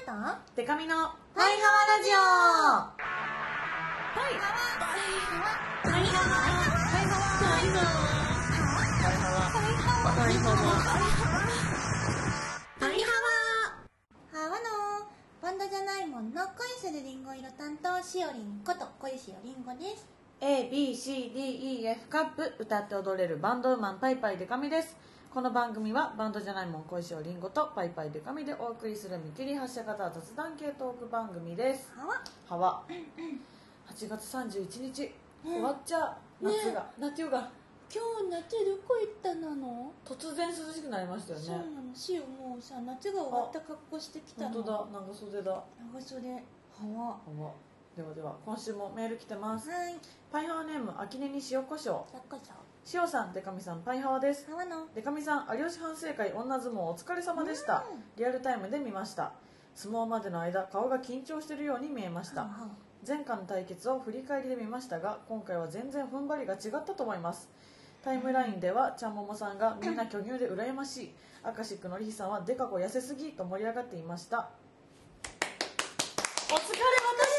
とデカミのパイハワラジオ。 パイハワパイハワハワのバンドじゃないもんの恋するりんご色担当しおりんこと恋しおりんごです。 ABCDEF カップ歌って踊れるバンドウーマンパイパイデカミです。この番組はバンドじゃないもん恋しおりんごとパイパイデカミでお送りする見切り発車型雑談系トーク番組です。 ハワハワ8月31日、終わっちゃう夏が、夏よが今日夏どこ行ったの？ 突然涼しくなりましたよそうなね。 の。しおもうさ夏が終わった格好してきたの。 本当だ、長袖だ。 長袖。ハワ。 ハワではでは今週もメール来てます。 はい。 パイハワネーム秋音に塩コショウ。 さっこそ。 塩さん、デカミさん、パイハワです。 ハワの。 デカミさん、有吉反省会女相撲お疲れ様でした。リアルタイムで見ました。相撲までの間顔が緊張しているように見えました。前回の対決を振り返りで見ましたが、今回は全然踏ん張りが違ったと思います。タイムラインではちゃんももさんがみんな巨乳で羨ましい、アカシックのりひさんはデカ子痩せすぎと盛り上がっていました。お疲れ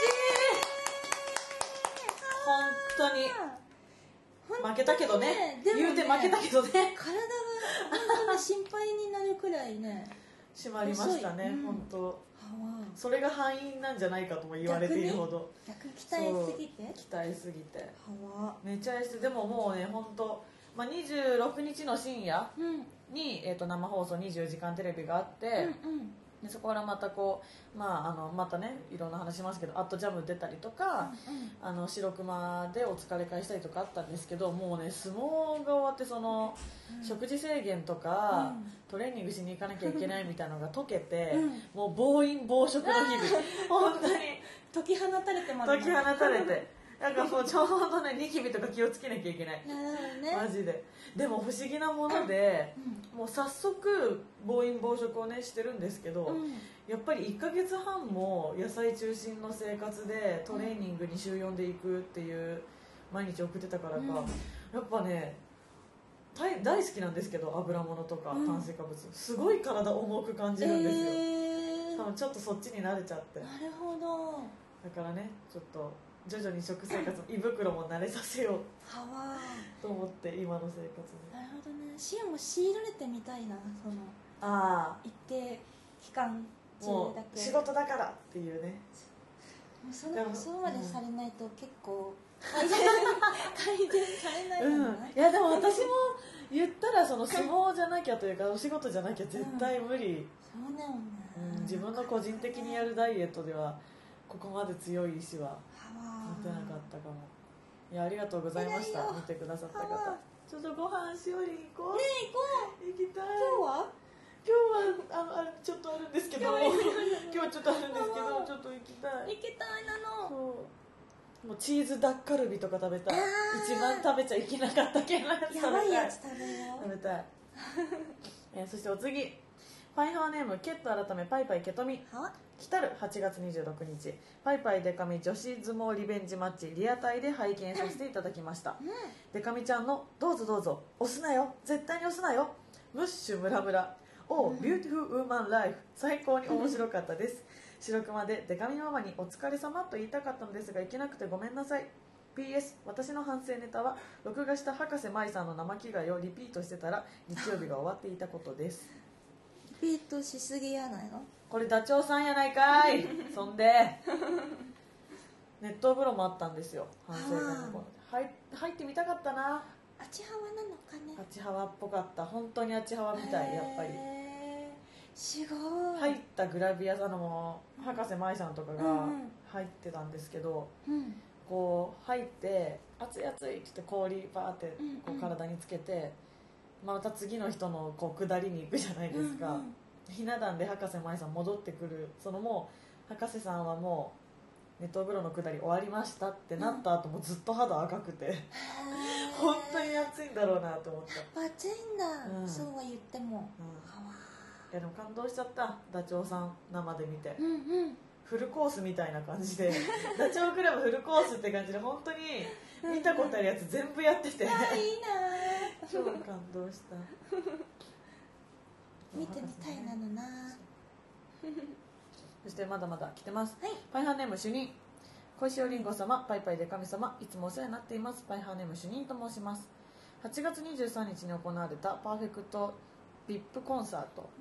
私、本当に負けたけどね、言うて負けたけどね、 体が本当に心配になるくらいね締まりましたね、本当。それが敗因なんじゃないかとも言われているほど、 逆期待すぎて期待すぎてめちゃ痩せ。でももうね、本当、26日の深夜に、生放送24時間テレビがあって、でそこからまたこう、またねいろんな話しますけど、アットジャム出たりとか、白熊でお疲れ会したりとかあったんですけど、もうね相撲が終わって、その、食事制限とか、トレーニングしに行かなきゃいけないみたいなのが解けて、もう暴飲暴食の日々本当に解き放たれてますね。 解き放たれてなんかもうちょうどね、ニキビとか気をつけなきゃいけない。 なるほどね。 マジで。でも不思議なもので、もう早速暴飲暴食をねしてるんですけど、やっぱり1ヶ月半も野菜中心の生活でトレーニングに週4で行くっていう毎日送ってたからか、やっぱね大好きなんですけど、油物とか炭水化物、すごい体重く感じるんですよ。多分ちょっとそっちに慣れちゃって。 なるほど。 だからね、ちょっと徐々に食生活、胃袋も慣れさせようと思って今の生活に。 なるほどね。シオも強いられてみたいな、その一定期間中だけ。 仕事だからっていうね。 もうそうまでされないと結構改善されないのかな。 いやでも私も言ったら、その相撲じゃなきゃというかお仕事じゃなきゃ絶対無理。 そうだよね。 自分の個人的にやるダイエットではここまで強い意志は持てなかったかも。いや、ありがとうございました。見てくださった方。ちょっとご飯しおり行こう。 ねえ、行こう。 行きたい。 今日はちょっとあるんですけど、今日はちょっとあるんですけど、ちょっと行きたい。 行きたいなの。 そうもうチーズダッカルビとか食べたい。一番食べちゃいけなかった系のやつやばいやつ食べよう。 食べたいそしてお次、パイハワネームケット改めパイパイケトミ。来たる8月26日、パイパイデカミ女子相撲リベンジマッチリアタイで拝見させていただきました。デカミちゃんのどうぞどうぞ押すなよ、絶対に押すなよ、ムッシュムラムラビューティフルウーマンライフ、最高に面白かったです。白熊でデカミママにお疲れ様と言いたかったのですが行けなくてごめんなさい。 PS 私の反省ネタは録画した博士舞さんの生着替えをリピートしてたら日曜日が終わっていたことです。 リピートしすぎやないの。 これダチョウさんやないかいそんで熱湯風呂もあったんですよ、反省会の頃。入ってみたかったな。 あちはわなのかね。 あちはわっぽかった。本当にあちはわみたい。やっぱりすごい。 入ったグラビアさんのも博士舞さんとかが入ってたんですけど、こう入って熱い熱いって言って氷バーってこう体につけて、また次の人のこう下りに行くじゃないですか。ひな壇で博士舞さん戻ってくる、そのもう博士さんはもう熱湯風呂の下り終わりましたってなった後もずっと肌赤くて本当に暑いんだろうなと思った。 暑いんだ、そうは言っても。 いやでも感動しちゃった、ダチョウさん生で見て。フルコースみたいな感じでダチョウ倶楽部フルコースって感じで、本当に見たことあるやつ全部やってていいな超感動した見てみたいなのな。 そししてまだまだ来てます、 はい、 パイハーネーム主任小石おりんご様、パイパイで神様、いつもお世話になっています。パイハーネーム主任と申します。8月23日に行われたパーフェクト VIP コンサート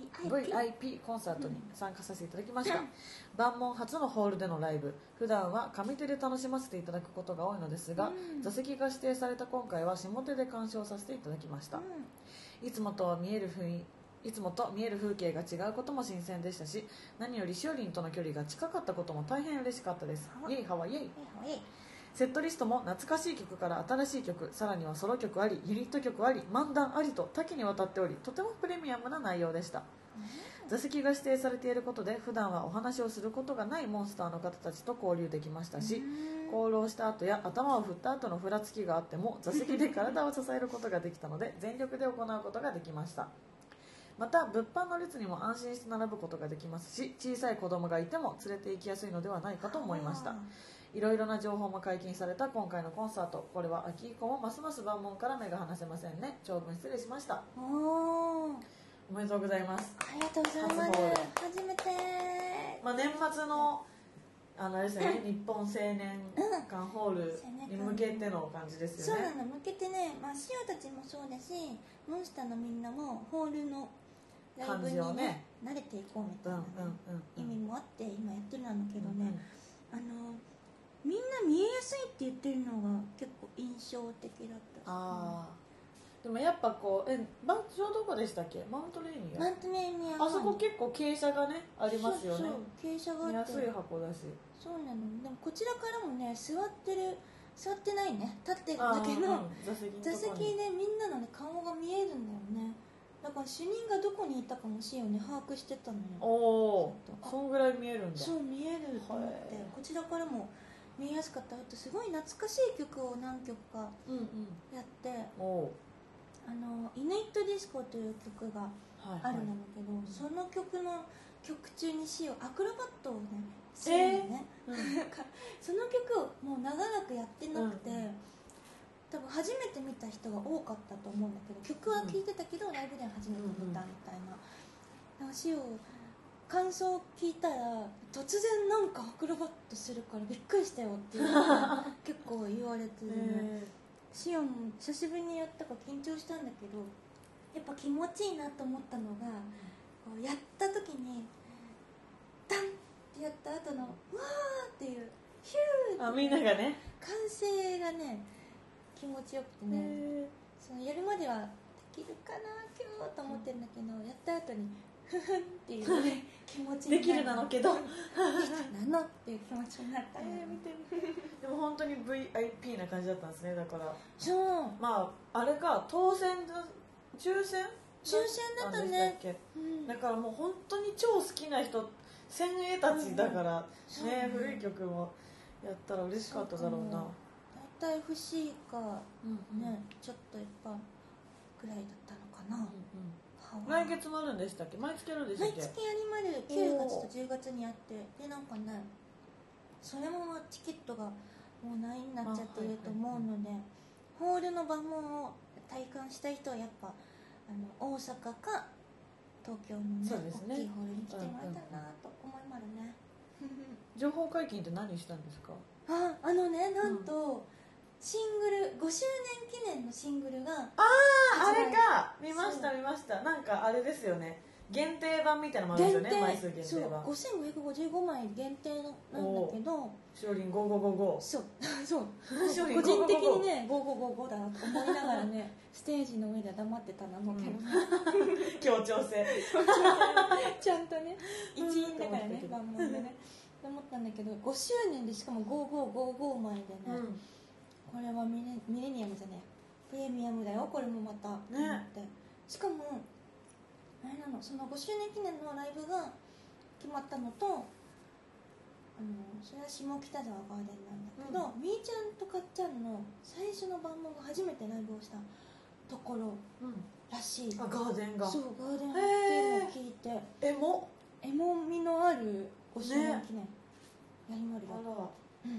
VIP コンサートに参加させていただきました。万門初のホールでのライブ、普段は上手で楽しませていただくことが多いのですが、座席が指定された今回は下手で鑑賞させていただきました。いつもと見える風景が違うことも新鮮でしたし、何よりしおりんとの距離が近かったことも大変嬉しかったです。イエイハワイイエイ。セットリストも懐かしい曲から新しい曲、さらにはソロ曲あり、ユニット曲あり、漫談ありと多岐にわたっており、とてもプレミアムな内容でした。座席が指定されていることで普段はお話をすることがないモンスターの方たちと交流できましたし、放浪した後や頭を振った後のふらつきがあっても座席で体を支えることができたので全力で行うことができました。また物販の列にも安心して並ぶことができますし、小さい子供がいても連れて行きやすいのではないかと思いました。いろいろな情報も解禁された今回のコンサート、これは秋以降もますます万門から目が離せませんね。長文失礼しました。おめでとうございます。 ありがとうございます。初めて、 年末のあれですね、日本青年館ホールに向けての感じですよね。 そうなの、向けてね、シオたちもそうだし、モンスターのみんなもホールのライブにね、慣れていこうみたいな意味もあって今やってるんだけどね、みんな見えやすいって言ってるのが結構印象的だった。 でもやっぱこう場所どこでしたっけ？マウントレーニア。あそこ結構傾斜がねありますよね。 そう傾斜があって見やすい箱だし。 そうなの。でもこちらからもね座ってないね、立ってるんだけど、座席でみんなのね顔が見えるんだよね。だから主任がどこにいたかもしよね把握してたのよ。 おお、そんぐらい見えるんだ。 そう見えると思って、こちらからも見えやすかった。あとすごい懐かしい曲を何曲かやって、イヌイットディスコという曲があるんだけど、その曲の曲中にしようアクロバットをねするのね、その曲をもう長らくやってなくて、多分初めて見た人が多かったと思うんだけど、曲は聴いてたけどライブでは初めて見たみたいな。だからしよう感想を聞いたら突然なんかアクロバットするからびっくりしたよっていう結構言われてるね。シオン久しぶりにやったから緊張したんだけど、やっぱ気持ちいいなと思ったのが、こうやった時にダンってやった後のわーっていうヒューってみんながね歓声がね気持ちよくてね、そのやるまではできるかな今日と思ってるんだけど、やった後にふふんっていう、ね、気持ちになる。 できるなのけどなのっていう気持ちになった。 見てでも本当に VIP な感じだったんですね。だからそうあれか抽選だったね、 だからもう本当に超好きな人先鋭たちだから、古い曲もやったら嬉しかっただろうな。 だいたい FC か、ね、ちょっとやっぱぐらいだったのかな。 来月もあるんでしたっけ？毎月やるんでしたっけ？ 毎月やりまる。9月と10月にやって、でなんかねそれもチケットがもうないになっちゃってると思うので、ホールの場も体感したい人はやっぱ大阪か東京のね、大きいホールに来てもらいたいなと思いまるね。 情報解禁って何したんですか？ なんと、シングル5周年記念のシングルがあれか見ましたなんかあれですよね、限定版みたいなのもあるんですよね。枚数限定版 5555枚限定なんだけど、 しおりん5555 そう個人的にね5555だなと思いながらねステージの上で黙ってたなのけど、 協調性ちゃんとね一員だからね万門でねと思ったんだけど、5周年でしかも5555枚でね、これはミレニアムじゃねえプレミアムだよこれもまたね。しかもあれなの、その5周年記念のライブが決まったのと、それは下北沢ガーデンなんだけど、みーちゃんとかっちゃんの最初のバンドが初めてライブをしたところらしい。 ガーデンがそうガーデンっていうのを聞いてエモみのある5周年記念やりまるよ。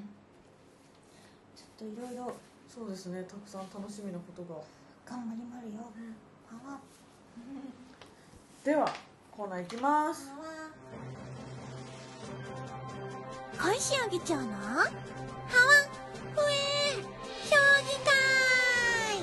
ちょっといろいろそうですね、たくさん楽しみなことが頑張りまるよ。 ではコーナーいきます。 小石議長のハワフエ評議会。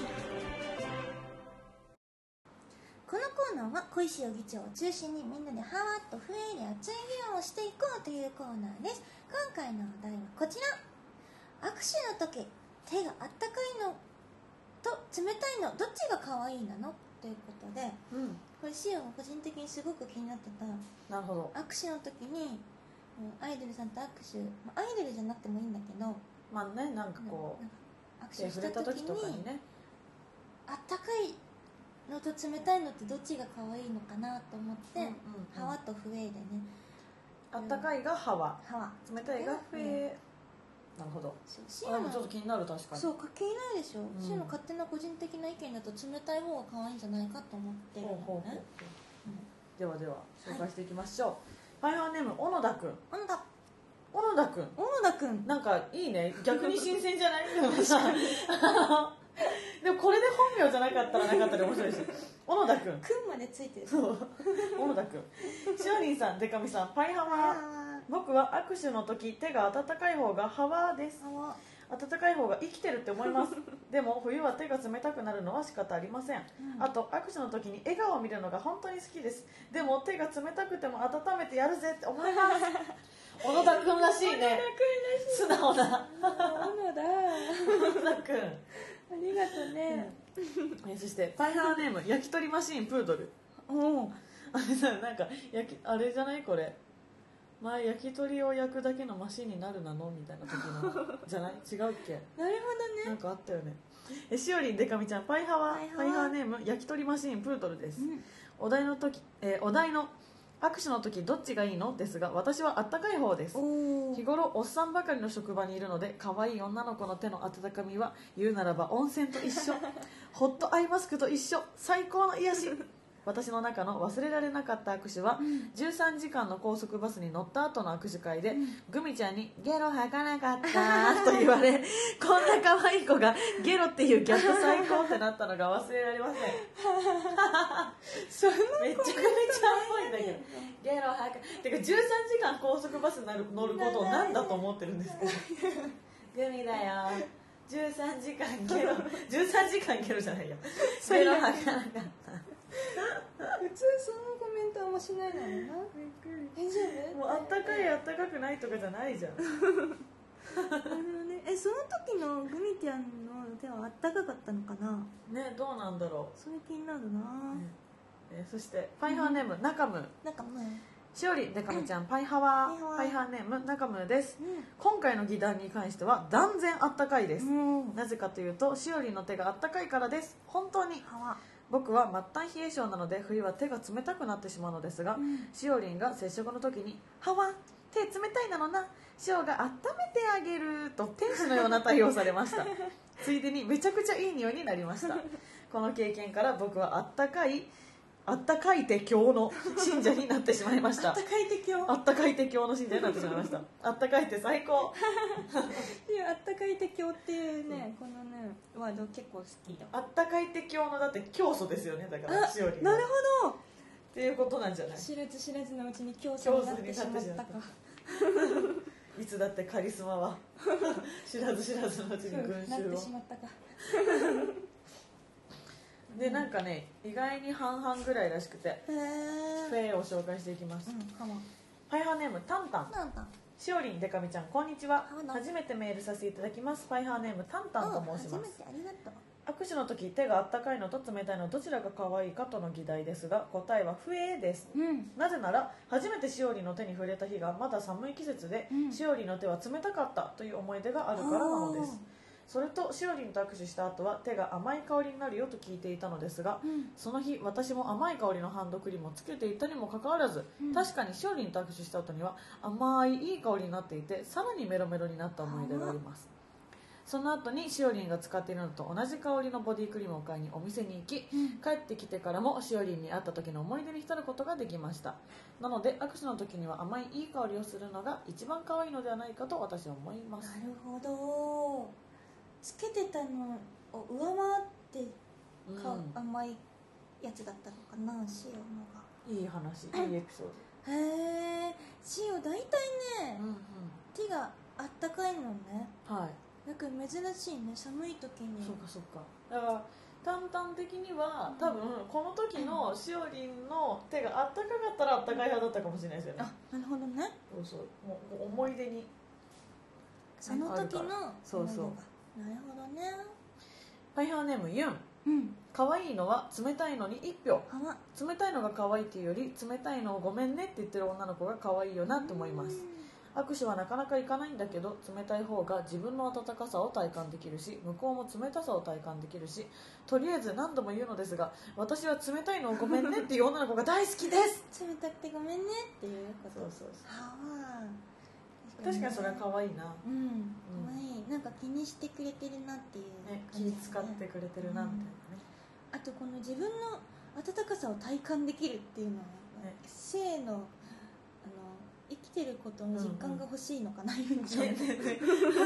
このコーナーは小石議長を中心にみんなでハワッとフエで熱い議論をしていこうというコーナーです。今回のお題はこちら。握手の時手があったかいのと冷たいのどっちが可愛いなのということで、これシオが個人的にすごく気になってた。 なるほど。 握手の時にアイドルさんと握手、アイドルじゃなくてもいいんだけど、 まあね、なんかこう握手した時にね、 あったかいのと冷たいのってどっちが可愛いのかなと思って、ハワとフエでね。 あったかいがハワ、冷たいがフエ。なるほど。でもちょっと気になる。確かにそう気になるでしょ。シオの勝手な個人的な意見だと冷たい方が可愛いんじゃないかと思ってるのね。 ではでは紹介していきましょう。ファイハーネーム小野田くん。 小野田くんなんかいいね。逆に新鮮じゃない？でもさでもこれで本名じゃなかったらなかったで面白いし。小野田くんまでついてる。 そう小野田くん。しおりんさん、でかみさん、パイハワ。僕は握手の時手が温かい方がハワです。温かい方が生きてるって思います。でも冬は手が冷たくなるのは仕方ありません。あと握手の時に笑顔を見るのが本当に好きです。でも手が冷たくても温めてやるぜって思います。小野田くんらしいね。素直な小野田くんありがとうね。 そしてパイハーネーム焼き鳥マシーンプードル。あれさ、なんかあれじゃないこれ、前焼き鳥を焼くだけのマシンになるなのみたいな時のじゃない？違うっけ？ なるほどね。 なんかあったよね。しおりん、でかみちゃん、パイハーネーム焼き鳥マシーンプードルです。お題の握手の時どっちがいいのですが、私はあったかい方です。日頃おっさんばかりの職場にいるので、可愛い女の子の手の温かみは言うならば温泉と一緒、ホットアイマスクと一緒、最高の癒し。私の中の忘れられなかった握手は、13時間の高速バスに乗った後の握手会で、グミちゃんにゲロ吐かなかったと言われ、こんな可愛い子がゲロっていうギャップ最高ってなったのが忘れられません。めちゃくちゃ重いんだけど、ゲロ吐かてか13時間高速バスに乗ることを何だと思ってるんですか？グミだよ、13時間ゲロ13時間ゲロじゃないよ、ゲロ吐かなかった。 普通そのコメントあんましないのにな。大丈夫？ もうあったかいあったかくないとかじゃないじゃん。 その時のグミちゃんの手はあったかかったのかな。 ね、どうなんだろう。 それ気になるな。 そしてパイハーネーム中ム。しおりでかみちゃん、パイハーネーム中ムです。今回の議題に関しては断然あったかいです。なぜかというと、しおりの手があったかいからです。本当に。僕は末端冷え性なので冬は手が冷たくなってしまうのですが、しおりんが接触の時に「はわ手冷たいなのな、しおが温めてあげる」と天使のような対応されました。ついでにめちゃくちゃいい匂いになりました。この経験から僕はあったかい手教の信者になってしまいました。あったかい手教の信者になってしまいました。あったかい手最高。 いや、あったかい手教っていうね、このねワード結構好きだ。 あったかい手教のだって教祖ですよね。だからしおりん。 なるほど。 っていうことなんじゃない？ 知らずのうちに教祖になってしまったか。 いつだってカリスマは知らずのうちに群衆をなってしまったか。 で、なんかね、意外に半々ぐらいらしくて、フェーを紹介していきます。パイハーネームタンタン。しおりん、でかみちゃん、こんにちは。初めてメールさせていただきます。パイハーネームタンタンと申します。握手の時手があったかいのと冷たいのどちらが可愛いかとの議題ですが、答えはフエです。なぜなら初めてしおりんの手に触れた日がまだ寒い季節で、しおりんの手は冷たかったという思い出があるからなのです。それとしおりんと握手した後は手が甘い香りになるよと聞いていたのですが、その日私も甘い香りのハンドクリームをつけていたにもかかわらず、確かにしおりんと握手した後には甘いいい香りになっていて、さらにメロメロになった思い出があります。その後にしおりんが使っているのと同じ香りのボディクリームを買いにお店に行き、帰ってきてからもしおりんに会った時の思い出に浸ることができました。なので握手の時には甘いいい香りをするのが一番可愛いのではないかと私は思います。 なるほど。つけてたのを上回って甘いやつだったのかな、しおのが。 いい話、いいエピソード。 へえ、しお大体ね、 手があったかいのね。 はい。 なんか珍しいね、寒い時に。 そうかそうか。だから淡々的には多分この時のしおりんの手があったかかったらあったかい派だったかもしれないですよね。 あ、なるほどね。 そうそう、もう思い出にその時のそうそう。 なるほどね。 パイハーネームユン。 うん。 可愛いのは冷たいのに1票。冷たいのが可愛いっていうより冷たいのをごめんねって言ってる女の子が可愛いよなって思います。握手はなかなかいかないんだけど、冷たい方が自分の温かさを体感できるし、向こうも冷たさを体感できるし、とりあえず何度も言うのですが、私は冷たいのをごめんねっていう女の子が大好きです。 冷たくてごめんねっていうこと。 そうそうそう。 はあ、 確かにそれは可愛いな。 うん、可愛い。なんか気にしてくれてるなっていう、 ね、気使ってくれてるなみたいなね。 あとこの自分の温かさを体感できるっていうのは、ね、性の生きてることの実感が欲しいのかな、ゆんちゃん。生きてる。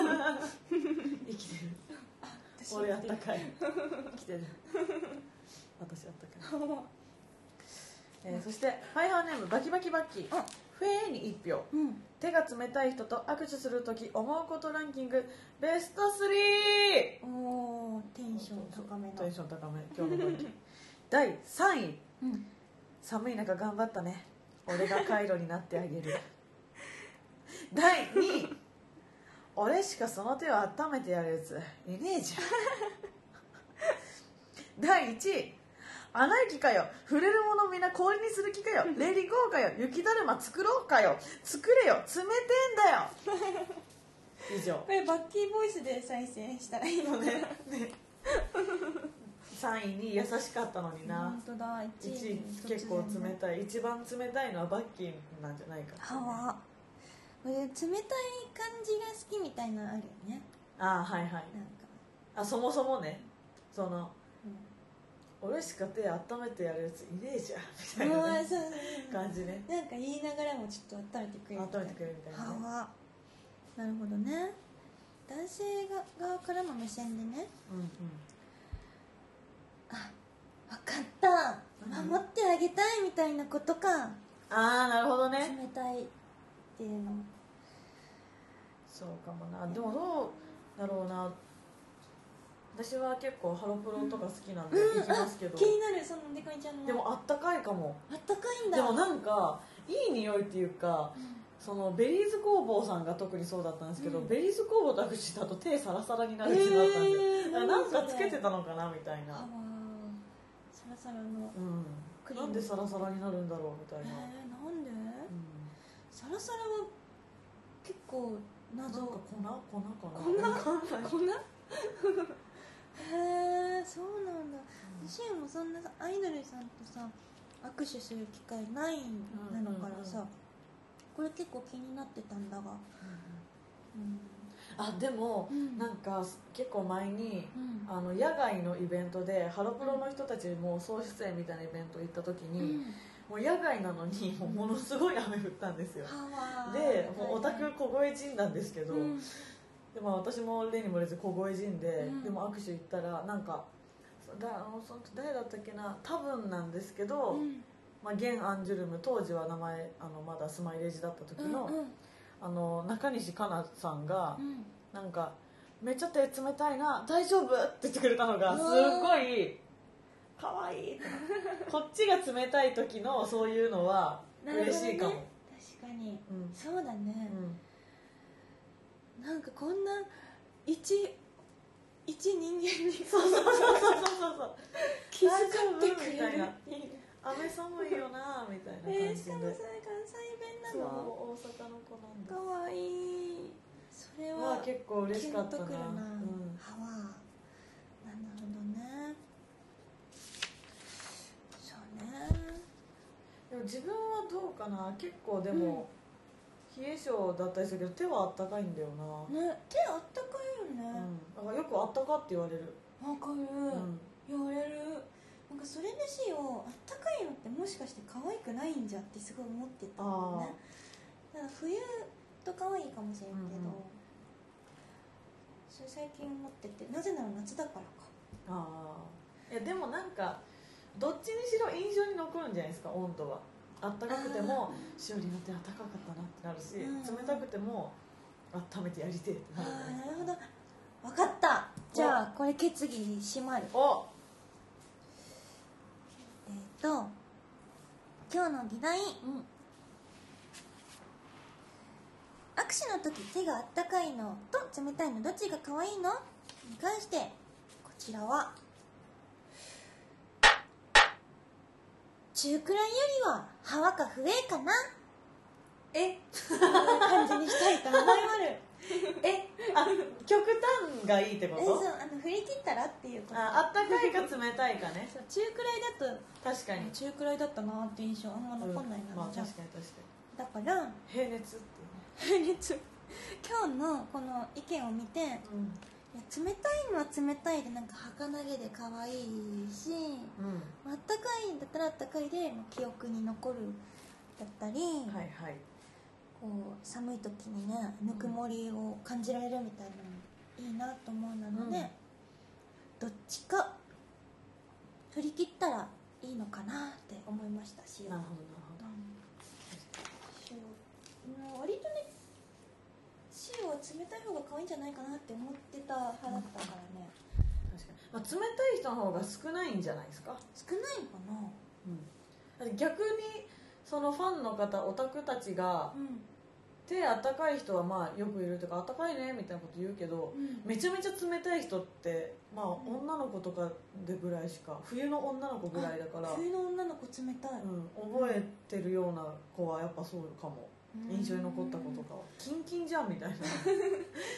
俺あったかい。生きてる。私あったかい。そしてファイハーネームバキバキバッキー。フェーに1票、手が冷たい人と握手するとき思うことランキングベスト 3。 おー、テンション高めのテンション高め今日の分岐第3位、寒い中頑張ったね、俺がカイロになってあげる。第2位、俺しかその手を温めてやるやついねえじゃん。第1位、穴行きかよ、触れるものみんな氷にする気かよ、レディゴーかよ、雪だるま作ろうかよ、作れよ、冷てんだよ。以上。 これバッキーボイスで再生したらいいのね。 3位に優しかったのにな。 本当だ。 1位結構冷たい。一番冷たいのはバッキーなんじゃないかって、ね。 はわ。これ冷たい感じが好きみたいなのあるよね。 ああ、はいはい。なんかあ、そもそもね、その、俺しか手温めてやるやついねえじゃんみたいな、ね、感じね。 なんか言いながらもちょっと温めてくれるみたいな。 温めてくれるみたいな、ね。 はわ。なるほどね。男性側からの目線でね。あ、分かった、守ってあげたいみたいなことか。 ああ、なるほどね。 冷たいっていうの。 そうかもな。でもどうだろうな。私は結構ハロプロとか好きなんで行きますけど、 気になる。そのデカミちゃんの。 でもあったかいかも。 あったかいんだ。 でもなんかいい匂いっていうか、そのベリーズ工房さんが特にそうだったんですけど、ベリーズ工房と握手した後手サラサラになる人だったんですよ。だからなんかつけてたのかなみたいな。 サラサラの、 なんでサラサラになるんだろうみたいな。 なんで、サラサラは結構謎。 なんか粉へえ、そうなんだ。私もそんなアイドルさんとさ握手する機会ないなのからさ、これ結構気になってたんだが、 あ、でも、なんか結構前に、野外のイベントでハロプロの人たちも総出演みたいなイベント行った時に、もう野外なのにものすごい雨降ったんですよ。で、もうオタク小声陣なんですけど、でも私も例にもれず小声陣で、でも握手行ったらなんか誰だったっけな、多分なんですけど、現アンジュルム、当時は名前まだスマイレージだった時の、中西香奈さんが、なんかめっちゃ手冷たいな、大丈夫って言ってくれたのがすごい可愛い。こっちが冷たい時のそういうのは嬉しいかも。 確かに、そうだね。なんかこんな一人間にそう気遣ってくれる。 雨寒いよなみたいな感じで。 しかもそれ関西弁なの。 大阪の子なんです。 かわいい。それは結構嬉しかったな。はわ。 なるほどね。そうね。 でも自分はどうかな。結構でも、冷え性だったりするけど手はあったかいんだよな。 ね、手あったかいよね。 だからよくあったかって言われる。 わかる。言われる。なんかそれでしよ、あったかいのってもしかして可愛くないんじゃってすごい思ってたんだよね。だから冬と可愛いかもしれんけど、それ最近思ってて、なぜなら夏だからか。 いやでもなんかどっちにしろ印象に残るんじゃないですか、温度は。あったかくてもしおりの手あったかかったなってなるし、冷たくても温めてやりてえってなるね。 なるほど、分かった。じゃあこれ決議に締まる。 お今日の議題、握手の時手があったかいのと冷たいのどっちが可愛いのに関して、こちらは中くらいよりははわか不えかな、こんな感じにしたいと思います極端がいいってこと？ そう、振り切ったらっていうこと。 あったかいか冷たいかね。 そう、中くらいだと確かに中くらいだったなって印象あんま残んないな、 まあ確かにだから平熱っていうね。 今日のこの意見を見て、いや冷たいのは冷たいでなんか儚げで可愛いし、あったかいんだったらあったかいで記憶に残るだったり、こう寒い時にねぬくもりを感じられるみたいなのいいなと思うので、どっちか振り切ったらいいのかなって思いましたし。 なるほどなるほど。割とね塩は冷たい方が可愛いんじゃないかなって思ってた派だったからね。 確かに、冷たい人の方が少ないんじゃないですか。 少ないのかな。 だって逆にそのファンの方オタクたちが、手あったかい人はまあよくいるとかあったかいねみたいなこと言うけど、めちゃめちゃ冷たい人ってまあ女の子とかでぐらいしか、冬の女の子ぐらいだから、 冬の女の子冷たい、 覚えてるような子はやっぱそうかも。印象に残った子とかはキンキンじゃんみたいな。 そんな冷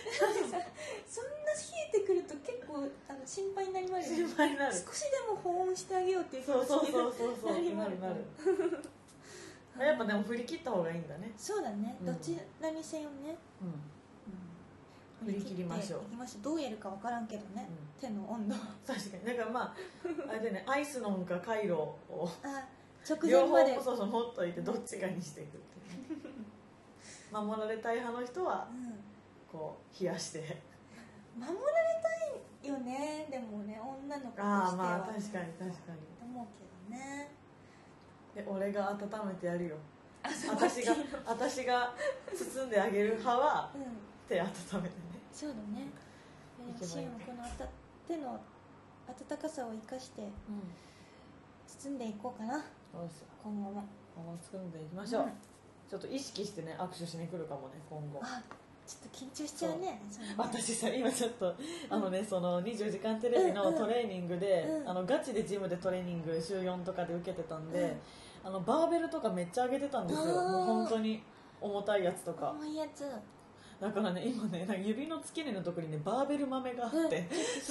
えてくると結構心配になりますよね。 心配になる。 少しでも保温してあげようっていう気持ちになるやっぱでも振り切った方がいいんだね。 そうだね、どちらにせよね、 振り切りましょう。 どうやるか分からんけどね、手の温度。 確かに。だからまああれでね、アイスノンかカイロを直前まで両方持っといてどっちかにしていくっていうね。守られたい派の人はこう冷やして、 守られたいよね。でもね、女の子としてはまあ確かに思うけどね。 で俺が温めてやるよ。私が包んであげる派は手温めてね。 そうだね。シーンもこの手の温かさを生かして包んでいこうかな。今後も包んでいきましょう。ちょっと意識してね握手しに来るかもね今後。 ちょっと緊張しちゃうね。 私さ今ちょっとその24時間テレビのトレーニングでガチでジムでトレーニング週4とかで受けてたんで、バーベルとかめっちゃ上げてたんですよ。もう本当に重たいやつとか。 重いやつだからね今ね指の付け根のところにねバーベル豆があって、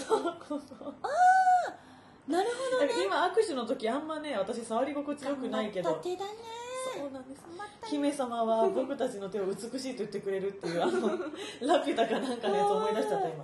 なるほどね。 今握手の時あんまね私触り心地よくないけど。 手だね。 そうなんです。姫様は僕たちの手を美しいと言ってくれるっていうラピュタかなんかのやつ思い出しちゃった今。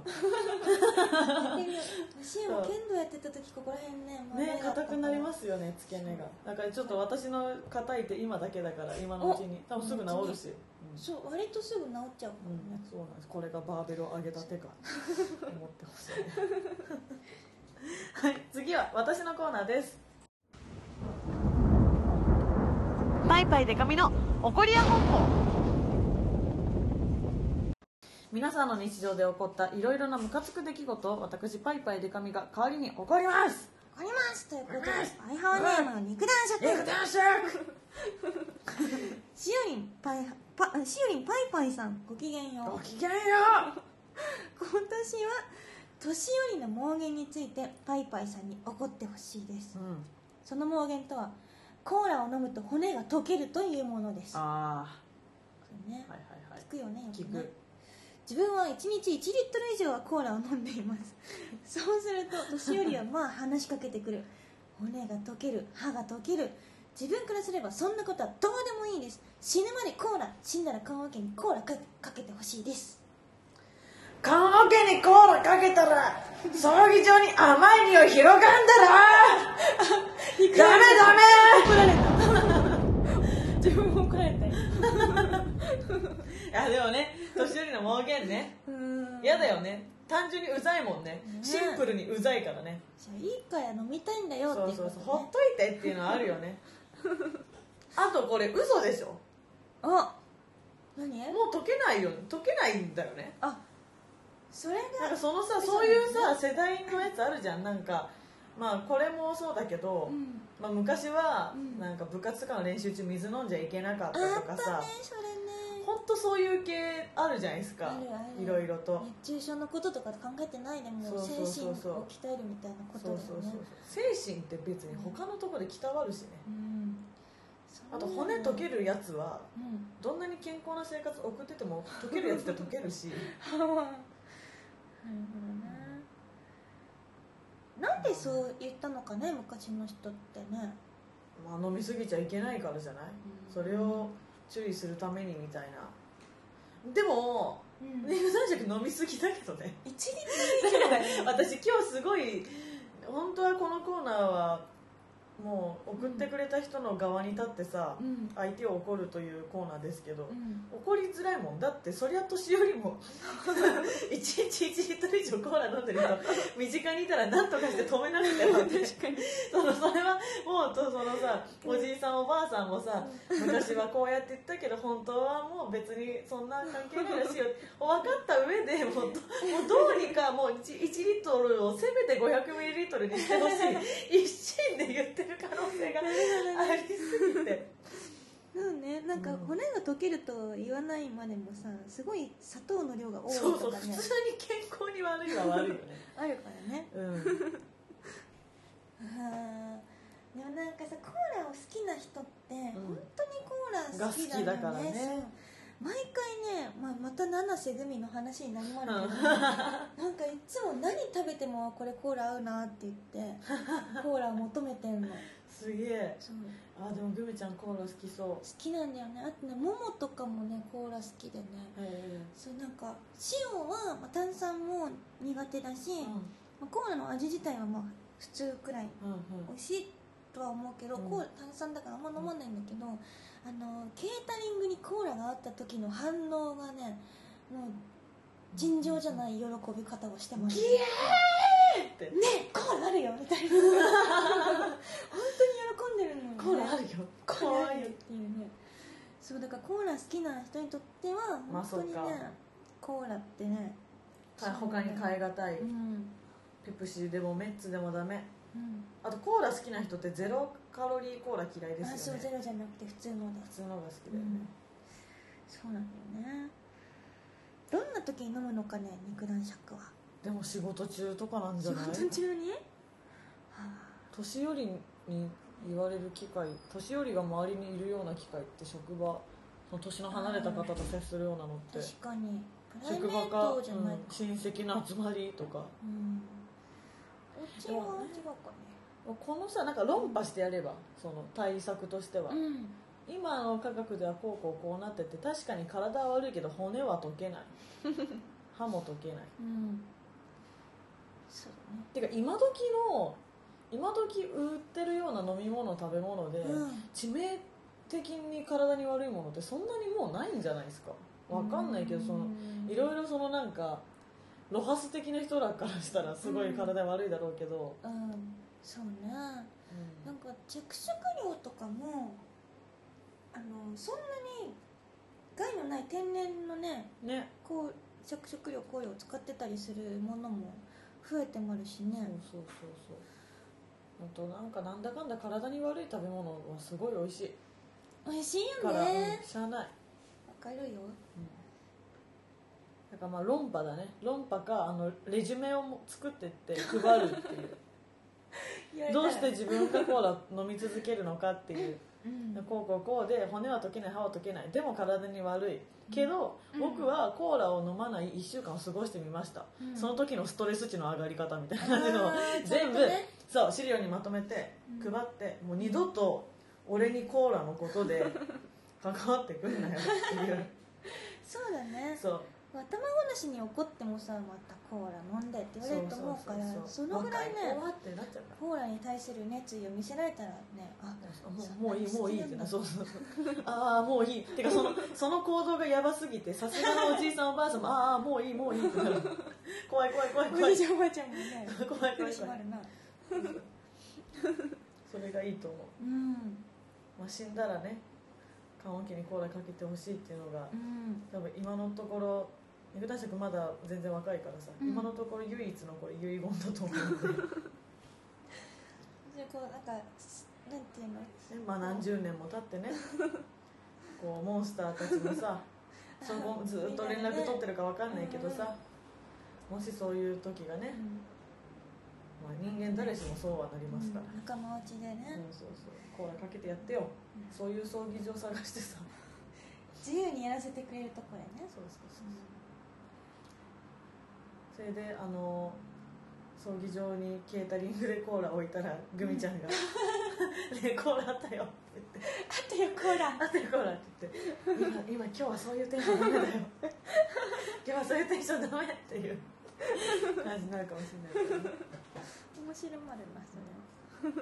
私も剣道やってた時ここら辺ね硬くなりますよね付け根が。だからちょっと私の硬い手今だけだから今のうちに多分すぐ治るし。 そう割とすぐ治っちゃうからね。 そうなんです。これがバーベルを上げた手か思ってほしい。はい、次は私のコーナーです。パイパイデカミの怒りや本舗。皆さんの日常で起こったいろいろなムカつく出来事を私パイパイデカミが代わりに怒ります。 怒りますということで、パイハワネームの肉弾尺しおりんパイパイさんごきげんよう。 ごきげんよう。 今年は年寄りの妄言についてパイパイさんに怒ってほしいです、その妄言とはコーラを飲むと骨が溶けるというものです。これね、聞くよね。よくね。自分は1日1リットル以上はコーラを飲んでいますそうすると年寄りはまあ話しかけてくる。骨が溶ける、歯が溶ける。自分からすればそんなことはどうでもいいです。死ぬまでコーラ、死んだら棺桶にコーラかけてほしいです。 棺桶にコーラかけたら葬儀場に甘い匂い広がんだろダメ怒られた自分も怒られたよいやでもね年寄りの妄言ね嫌だよね。単純にうざいもんね。シンプルにうざいからね。 じゃあいいから飲みたいんだよっていうこと、ね、 そうほっといてっていうのはあるよねあとこれ嘘でしょ。 何もう溶けないんだよね。 あ、それがなんかそのさ、そういうさ世代のやつあるじゃん。なんかまあこれもそうだけど、まあ、昔はなんか部活とかの練習中水飲んじゃいけなかったとかさ、本当そういう系あるじゃないですか。いろいろと熱中症のこととか考えてないでもう精神を鍛えるみたいなことだよね。 精神って別に他のところで鍛わるしね、あと骨溶けるやつは、どんなに健康な生活送ってても溶けるやつって溶けるしなるほどね。 なんでそう言ったのかね、昔の人ってね。 まあ飲みすぎちゃいけないからじゃない、それを注意するためにみたいな。でも乳酸食飲みすぎだけどね。 1リットル私今日すごい、本当はこのコーナーはもう送ってくれた人の側に立ってさ、相手を怒るというコーナーですけど、怒りづらいもんだって。そりゃ年寄りも1日1リットル以上コーラ飲んでる人身近にいたら何とかして止めなくても確かにそれはもうそのさ、おじいさんおばあさんもさ、昔はこうやって言ったけど本当はもう別にそんな関係ないらしいよ分かった上でもうどうにかもう 1リットルをせめて500ミリリットルにしてほしい一心で言ってる可能性がありすぎてそうね、なんか骨が溶けると言わないまでもさ、すごい砂糖の量が多いとかね。 そう普通に健康に悪いは悪いよねあるからね。でもなんかさ、コーラを好きな人って本当にコーラ好きだよね。 が好きだからね。 毎回ね、また七瀬グミの話になりまるけど、なんかいつも何食べてもこれコーラ合うなって言ってコーラを求めてんの。 すげえ。あ、でもグミちゃんコーラ好きそう。 好きなんだよね。あとね、桃とかもねコーラ好きでね、そうなんか塩は、炭酸も苦手だし、コーラの味自体はまあ普通くらい美味しいとは思うけど、炭酸だからあんま飲まないんだけど、ケータリングにコーラがあった時の反応がね、もう尋常じゃない喜び方をしてます。 ギエーってね、コーラあるよみたいな本当に喜んでるのよね。 コーラあるよ、 コーラあるよっていうね。そうだからコーラ好きな人にとっては本当にね、コーラってね、 他に変え難い、ペプシでもメッツでもダメ。あとコーラ好きな人ってゼロカロリーコーラ嫌いですよね。 そう、ゼロじゃなくて普通ので。 普通のが好きだよね。 そうなんだよね。どんな時に飲むのかね、肉弾尺は。 でも仕事中とかなんじゃない？ 仕事中に？ 年寄りに言われる機会、年寄りが周りにいるような機会って職場、その年の離れた方と接するようなのって、 確かに職場か、親戚の集まりとか。 うちは違うかね。 このさ、なんか論破してやれば、その対策としては、今の科学ではこうなってて、確かに体は悪いけど骨は溶けない歯も溶けない、 そうだね。 てか今時売ってるような飲み物食べ物で、致命的に体に悪いものってそんなにもうないんじゃないですか。わかんないけど、いろいろそのなんかロハス的な人らからしたらすごい体悪いだろうけど、 そうね、なんか着色料とかもそんなに害のない天然のねこう着色料香料を使ってたりするものも増えてもあるしね。 そうあとなんだかんだ体に悪い食べ物はすごい美味しい。 美味しいよね。 からしゃあない。わかるよ。 だからまあ論破だね。論破かレジュメを作ってって配るっていうどうして自分がコーラ飲み続けるのかっていう、こうで骨は溶けない、歯は溶けない、でも体に悪いけど、僕はコーラを飲まない1週間を過ごしてみました、その時のストレス値の上がり方みたいな感じの全部、そう資料にまとめて配って、もう二度と俺にコーラのことで関わってくんなよっていうそうだね。 そう頭ごなしに怒ってもさ、またコーラ飲んでって言われると思うから、そのぐらいねコーラに対する熱意を見せられたらね、 もういいってな、そうああもういいってか、その行動がやばすぎて、さすがのおじいさんおばあさんもああもういいってなる怖いおじいちゃんおばあちゃんもね怖い苦しまるなそれがいいと思う。まあ死んだらね、 棺桶にコーラかけてほしいっていうのが、多分今のところ肉男爵まだ全然若いからさ、今のところ唯一のこれ遺言だと思うんでじゃあこうなんかなんていうの、 まあ何十年も経ってねこうモンスターたちもさそこずっと連絡取ってるか分かんないけどさ、もしそういう時がね、まあ、人間誰しもそうはなりますから、 仲間内でね、 そうコーラかけてやってよ、そういう葬儀場探してさ自由にやらせてくれるところやね。 それで葬儀場にケータリングでコーラ置いたらグミちゃんが「ねえコーラあったよ」って言って 「あったよコーラ」 あったよコーラって言って今日はそういうテンションダメだよ今日はそういうテンションダメっていう感じになるかもしれないけどね。 面白まるなそ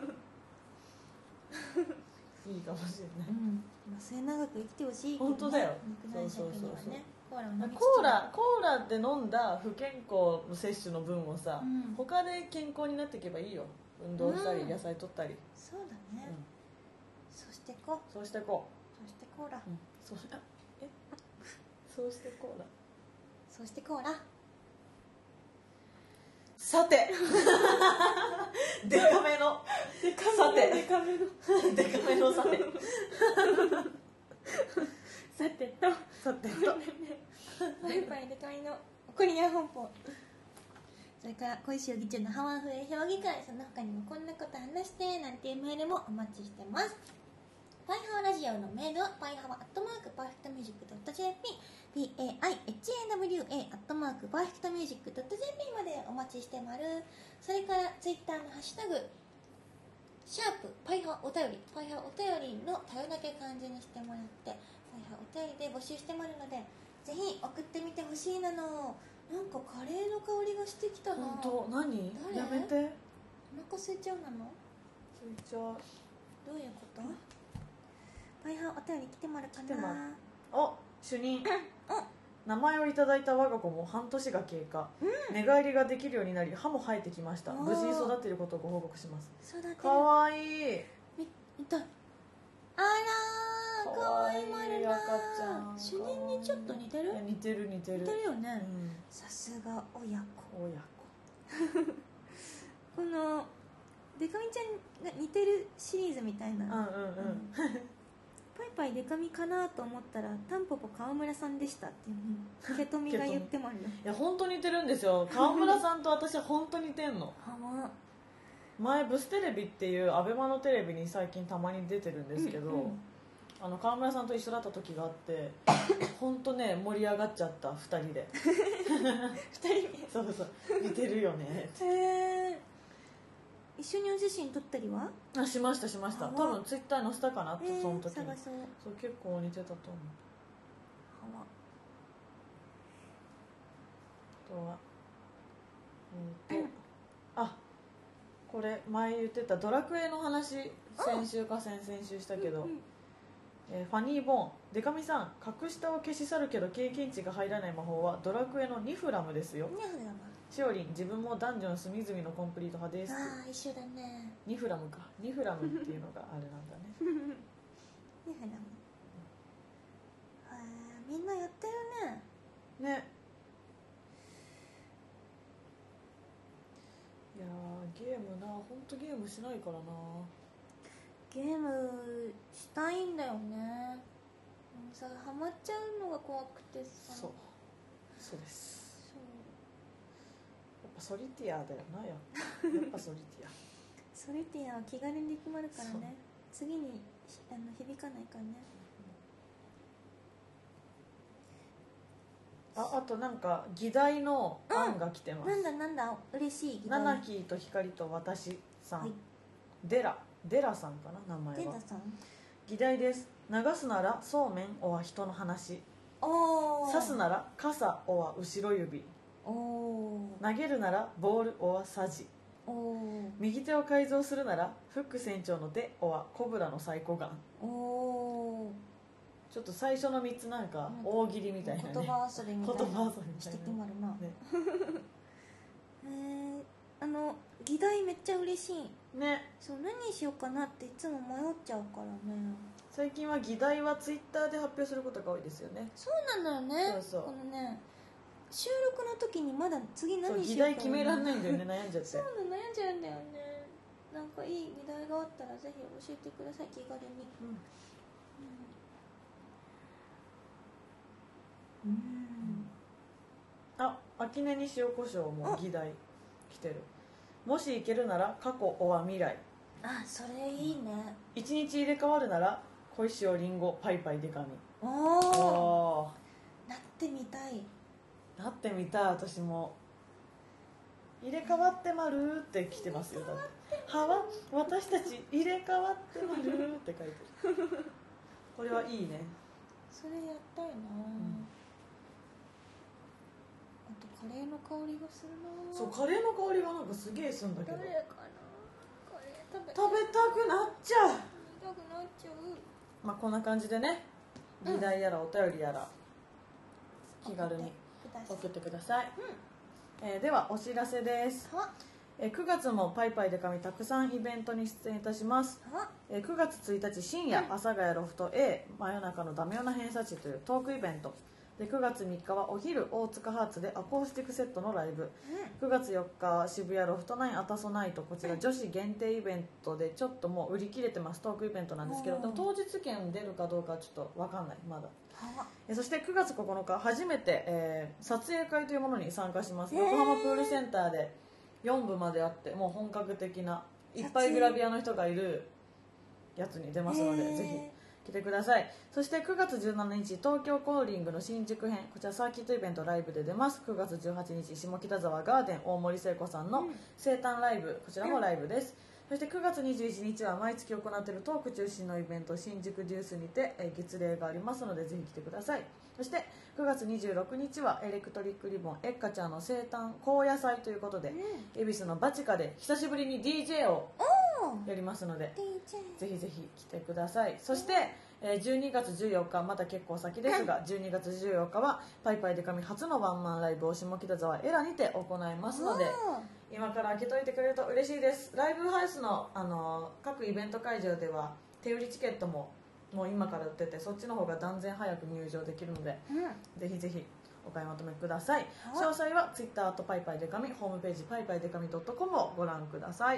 れいいかもしれない、 末永く生きてほしいけどね。 本当だよ。そうコーラって飲んだ不健康の摂取の分をさ、他で健康になっていけばいいよ。運動したり、野菜取ったり。 そうだね、そうしてこうそうしてこうら、 そうしてこうらそうしてこうら。 さてデカめのさてデカめのさてさてとパイパイデカめのコリア本舗、それから小石容疑中のハワイ風評議会、その他にもこんなこと話してなんていうメールもお待ちしてます。パイハワラジオのメールはパイハワ@perfectmusic.jp paihawa@perfectmusic.jp までお待ちしてまる。それからツイッターのハッシュタグシャープパイハワお便り、パイハワお便りのたよだけ漢字にしてもらって、パイハワお便りで募集してまるので、ぜひ送ってみてほしいなの。なんかカレーの香りがしてきたな。 本当？何？やめて。 お腹空いちゃうなの？ 空いちゃう。 どういうこと？パイハワお便り来てまるかな。 お、主任。名前をいただいた我が子も半年が経過、寝返りができるようになり歯も生えてきました。無事に育っていることをご報告します。かわいい。 見たい。あらー、かわいいまるな。主任にちょっと似てる？ 似てるよね、 さすが親子このデカミちゃんが似てるシリーズみたいな、パイパイデカミかなと思ったらタンポポ川村さんでしたっていうケトミが言ってもあるよ。 いや本当似てるんですよ。川村さんと私は本当に似てんの。前ブステレビっていうアベマのテレビに最近たまに出てるんですけど、川村さんと一緒だった時があって本当ね盛り上がっちゃった。2人で2人でそう似てるよね一緒にお写真撮ったりはしました多分ツイッターに載せたかなって、その時にそう結構似てたと思う。あとはこれ前言ってたドラクエの話、先週か先々週したけど、ファニーボーンデカミさん、格下を消し去るけど経験値が入らない魔法はドラクエのニフラムですよ。しおりん、自分もダンジョン隅々のコンプリート派です。 一緒だね。 ニフラムか、ニフラムっていうのがあれなんだねニフラム、みんなやってるね。いやゲームな、ほんとゲームしないからな。 ゲームしたいんだよね。さ、ハマっちゃうのが怖くてさ。 そうです。やっぱソリティアだよな。やっぱソリティアソリティアは気軽にできまるからね。次に響かないからね。 あとなんか議題の案が来てます。 なんだ嬉しい議題。 ナナキーと光と私さん、デラさんかな、名前は。デラさん。議題です。流すならそうめんおは人の話、刺すなら傘おは後ろ指、投げるならボールおはさじ、右手を改造するならフック船長の手おはコブラのサイコガン。ちょっと最初の3つなんか大喜利みたいなね、 言葉遊びみたいなしてきまるな、議題めっちゃ嬉しいね。そう、何にしようかなっていつも迷っちゃうからね。 最近は議題はツイッターで発表することが多いですよね。 そうなのよね。 そうこのね収録の時にまだ次何し議ようか題決めらんないんだよね、悩んじゃって。 そうなの、悩んじゃうんだよね。なんかいい議題があったらぜひ教えてください、気軽に。 あ、秋音に塩コショウも議題来てる。もし行けるなら過去おは未来。 あ、それいいね。 一日入れ替わるなら小石おりんごパイパイデカミ。 おお、なってみたい。 なってみたい。私も入れ替わってまるって来てますよ。だってはわ私たち入れ替わってまるって書いてる。これはいいね。 それやったいな、あとカレーの香りがするな。 そう、カレーの香りがなんかすげえするんだけど、 誰かな、カレー食べたくなっちゃう。 食べたくなっちゃう。 まあこんな感じでね、議題やらお便りやら気軽に送ってください。ではお知らせです。9月もパイパイデカミたくさんイベントに出演いたします。9月1日深夜、阿佐ヶ谷ロフト A 真夜中のダメよな偏差値というトークイベントで、9月3日はお昼大塚ハーツでアコースティックセットのライブ、9月4日は渋谷ロフト9アタソナイト、こちら女子限定イベントでちょっともう売り切れてます。トークイベントなんですけど、でも当日券出るかどうかはちょっと分かんないまだ。そして9月9日初めて、撮影会というものに参加します。横浜プールセンターで4部まであって、もう本格的ないっぱいグラビアの人がいるやつに出ますので、ぜひ来てください。そして9月17日東京コーリングの新宿編、こちらサーキットイベントライブで出ます。9月18日下北沢ガーデン大森聖子さんの生誕ライブ、こちらもライブです。そして9月21日は毎月行っているトーク中心のイベント新宿デュースにて月例がありますので、ぜひ来てください。そして9月26日はエレクトリックリボンエッカちゃんの生誕高野祭ということで、恵比寿のバチカで久しぶりに DJ をやりますので、ぜひぜひ来てください。そして12月14日、また結構先ですが、12月14日はパイパイデカミ初のワンマンライブを下北沢エラにて行いますので、今から開けといてくれると嬉しいです。ライブハウスの、各イベント会場では手売りチケットももう今から売ってて、そっちの方が断然早く入場できるので、ぜひぜひお買い求めください。詳細は Twitter パイパイデカミ、ホームページパイパイデカミ .com をご覧ください。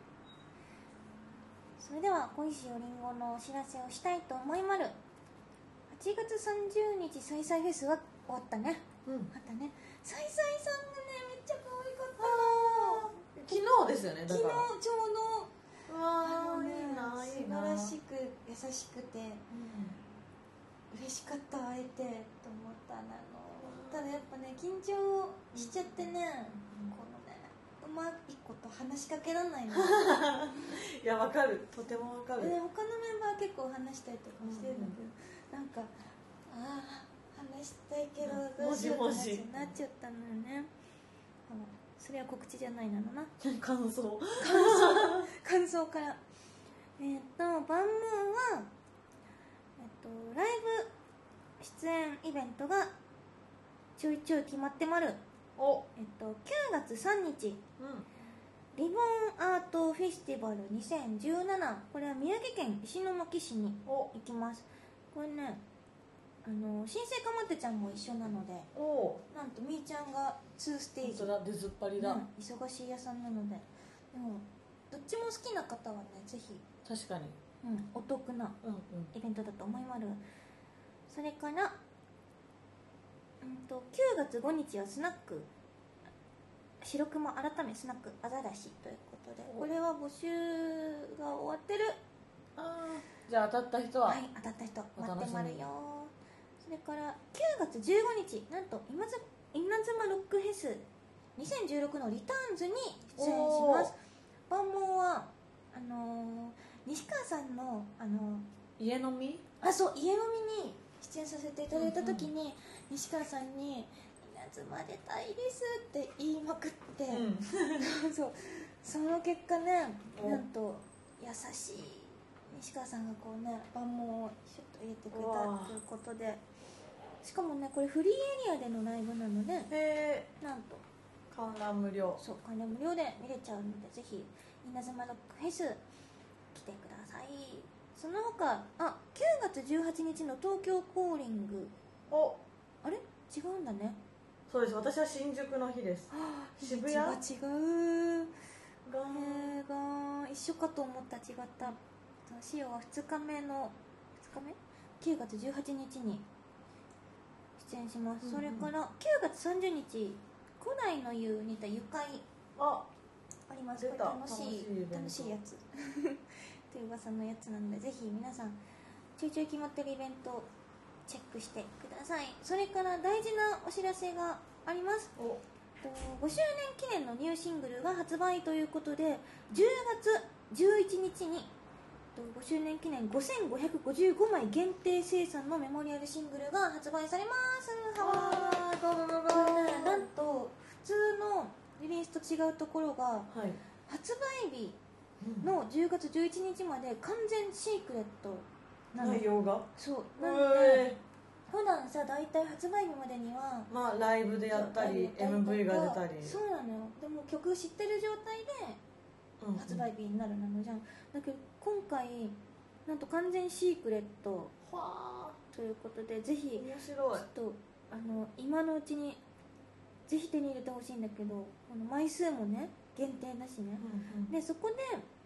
それでは小石おりんごのお知らせをしたいと思いまる。8月30日サイサイフェスは終わったね。あったね。サイサイさんがね、めっちゃ可愛かったの。 昨日ですよね。だから昨日ちょうどいいな、 素晴らしく優しくて、嬉しかった、会えてと思ったの。ただやっぱね、緊張しちゃってね、このね、うまいこと話しかけられないの。 いや、わかる、とてもわかる。 他のメンバー結構話したりとかしてるんだけど、なんか話したいけどどうしようってなっちゃったのよね。それは告知じゃないなのな。 感想からバンムーンはライブ出演イベントがちょいちょい決まってまる。9月3日、リボンアートフェスティバル2017、これは宮城県石巻市に行きます。これね、新生かまってちゃんも一緒なので、なんとみーちゃんが2ステージ、 出ずっぱりだ、 忙しい屋さんなので、でもどっちも好きな方はね、ぜひ確かに、 お得なイベントだと思います。それから9月5日はスナック白熊改めスナックアザラシということで、これは募集が終わってる。 じゃあ当たった人は、 当たった人待ってまるよ。それから9月15日、なんと稲妻ロックフェス2016のリターンズに出演します。バンモンは西川さんの家飲み家飲みに出演させていただいた時に、西川さんに稲妻出たいですって言いまくって、その結果ね、なんと優しい西川さんがこうね、バンモンをシュッと入れてくれたということで、しかもね、これフリーエリアでのライブなので、なんと観覧無料、 観覧無料で見れちゃうので、ぜひ稲妻ロックフェス来てください。 その他9月18日の東京コーリング、あれ違うんだね。 そうです、私は新宿の日です。渋谷違うが一緒かと思った。違った。シオは2日目9月18日に出演します、それから9月30日古代の湯にた愉快あります。これ楽しいやつという噂のやつなので、ぜひ皆さんちょいちょい決まってるイベントチェックしてください。それから大事なお知らせがあります。5周年記念のニューシングルが発売ということで、10月11日に5周年記念5555枚限定生産のメモリアルシングルが発売されます。なんと普通のリリースと違うところが、発売日の10月11日まで完全シークレットなの。 内容がそうなので、普段さ大体発売日までにはライブでやったり MV が出たり、 そうなのよ。でも曲知ってる状態で発売日になるなのじゃん。だけど今回なんと完全シークレットということで、ぜひ面白い。 ちょっと今のうちにぜひ手に入れてほしいんだけど、この枚数もね限定だしね、でそこで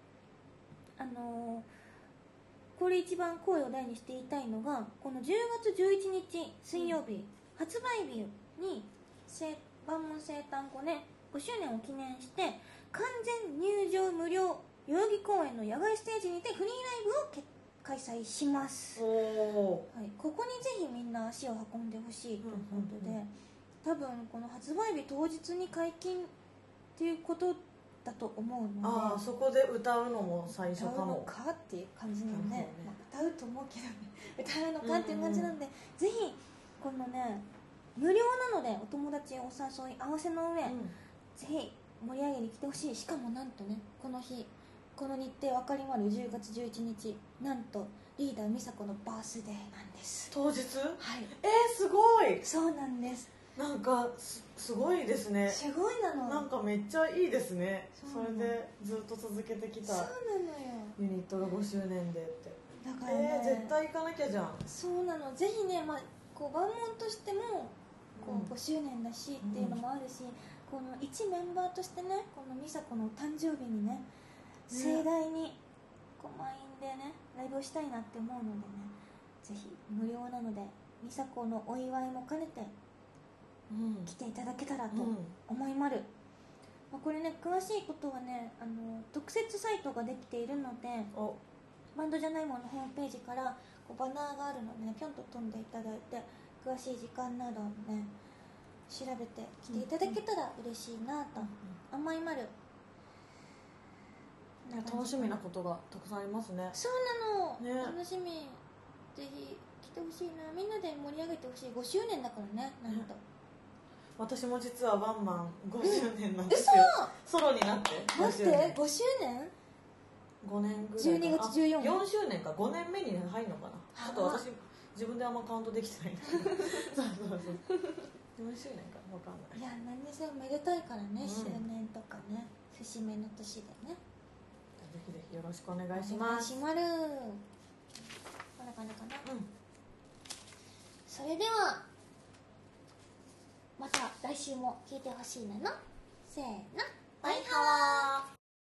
これ一番声を大にして言いたいのが、この10月11日水曜日、発売日に万門生誕5年5周年を記念して完全入場無料代々木公園の野外ステージにてフリーライブを開催します。はい、ここにぜひみんな足を運んでほしいということで、多分この発売日当日に解禁っていうことだと思うので、 そこで歌うのも最初かも。 歌うのかっていう感じなので、歌うと思うけどね歌うのかっていう感じなんで、ぜひこのね無料なのでお友達お誘い合わせの上、ぜひ盛り上げに来てほしい。しかもなんとね、この日この日程分かりまる10月11日、なんとリーダー美佐子のバースデーなんです。 当日？はい。すごい。 そうなんです。 なんかすごいですね。 すごいなの。 なんかめっちゃいいですね。それでずっと続けてきた。 そうなのよ。 ユニットが5周年でって。 だからね、 絶対行かなきゃじゃん。 そうなの。ぜひね、こう万門としてもこう5周年だしっていうのもあるし、この一メンバーとしてね、この美佐子の誕生日にね、盛大にこう満員でねライブをしたいなって思うのでね、ぜひ無料なので美佐子のお祝いも兼ねて来ていただけたらと思いまる。これね、詳しいことはね特設サイトができているので、バンドじゃないもののホームページからこうバナーがあるのでね、ぴょんと飛んでいただいて詳しい時間などをね調べて来ていただけたら嬉しいなと思いまる。 楽しみなことがたくさんありますね。 そうなの、楽しみ。ぜひ来てほしいな。みんなで盛り上げてほしい。5周年だからね。なんと私も実はワンマン5周年なんですよ。ソロになって待って、5周年 5年ぐらい 12月14日 4周年か。5年目に入るのかな。ちょっと私自分であんまカウントできてないんだけどそう4周年か分かんない。 いや、何にせよめでたいからね、周年とかね、節目の年でね。 ぜひぜひよろしくお願いします。 お願いしまる。こんな感じかな。それではまた来週も聞いてほしいなの。せーの、バイハワー。